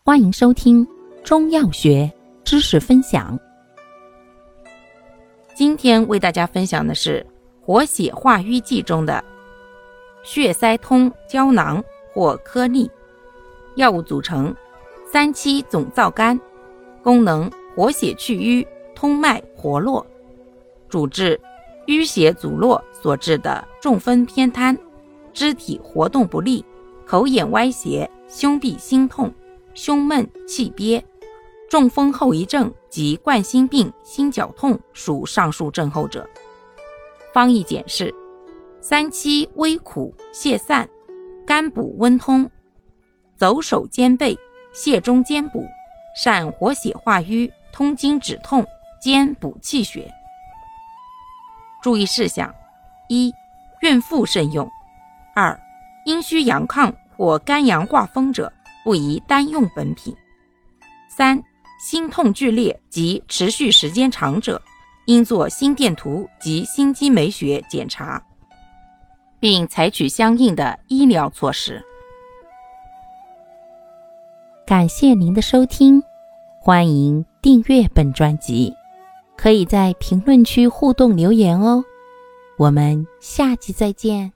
欢迎收听中药学知识分享。今天为大家分享的是活血化瘀剂中的血塞通胶囊或颗粒。药物组成3,7总皂苷，功能活血去瘀，通脉活络，主治淤血阻络所致的中风偏瘫、肢体活动不利、口眼歪斜、胸痹心痛、胸闷气憋。中风后遗症及冠心病、心绞痛属上述症候者。方义简释：3,7微苦，泻散，甘补温通，走手兼备，泻中兼补，善活血化瘀，通经止痛，兼补气血。注意事项：1. 孕妇慎用。2. 阴虚阳亢或肝阳挂风者不宜单用本品。3. 心痛剧烈及持续时间长者，应做心电图及心肌酶学检查，并采取相应的医疗措施。 感谢您的收听，欢迎订阅本专辑，可以在评论区互动留言哦。我们下期再见。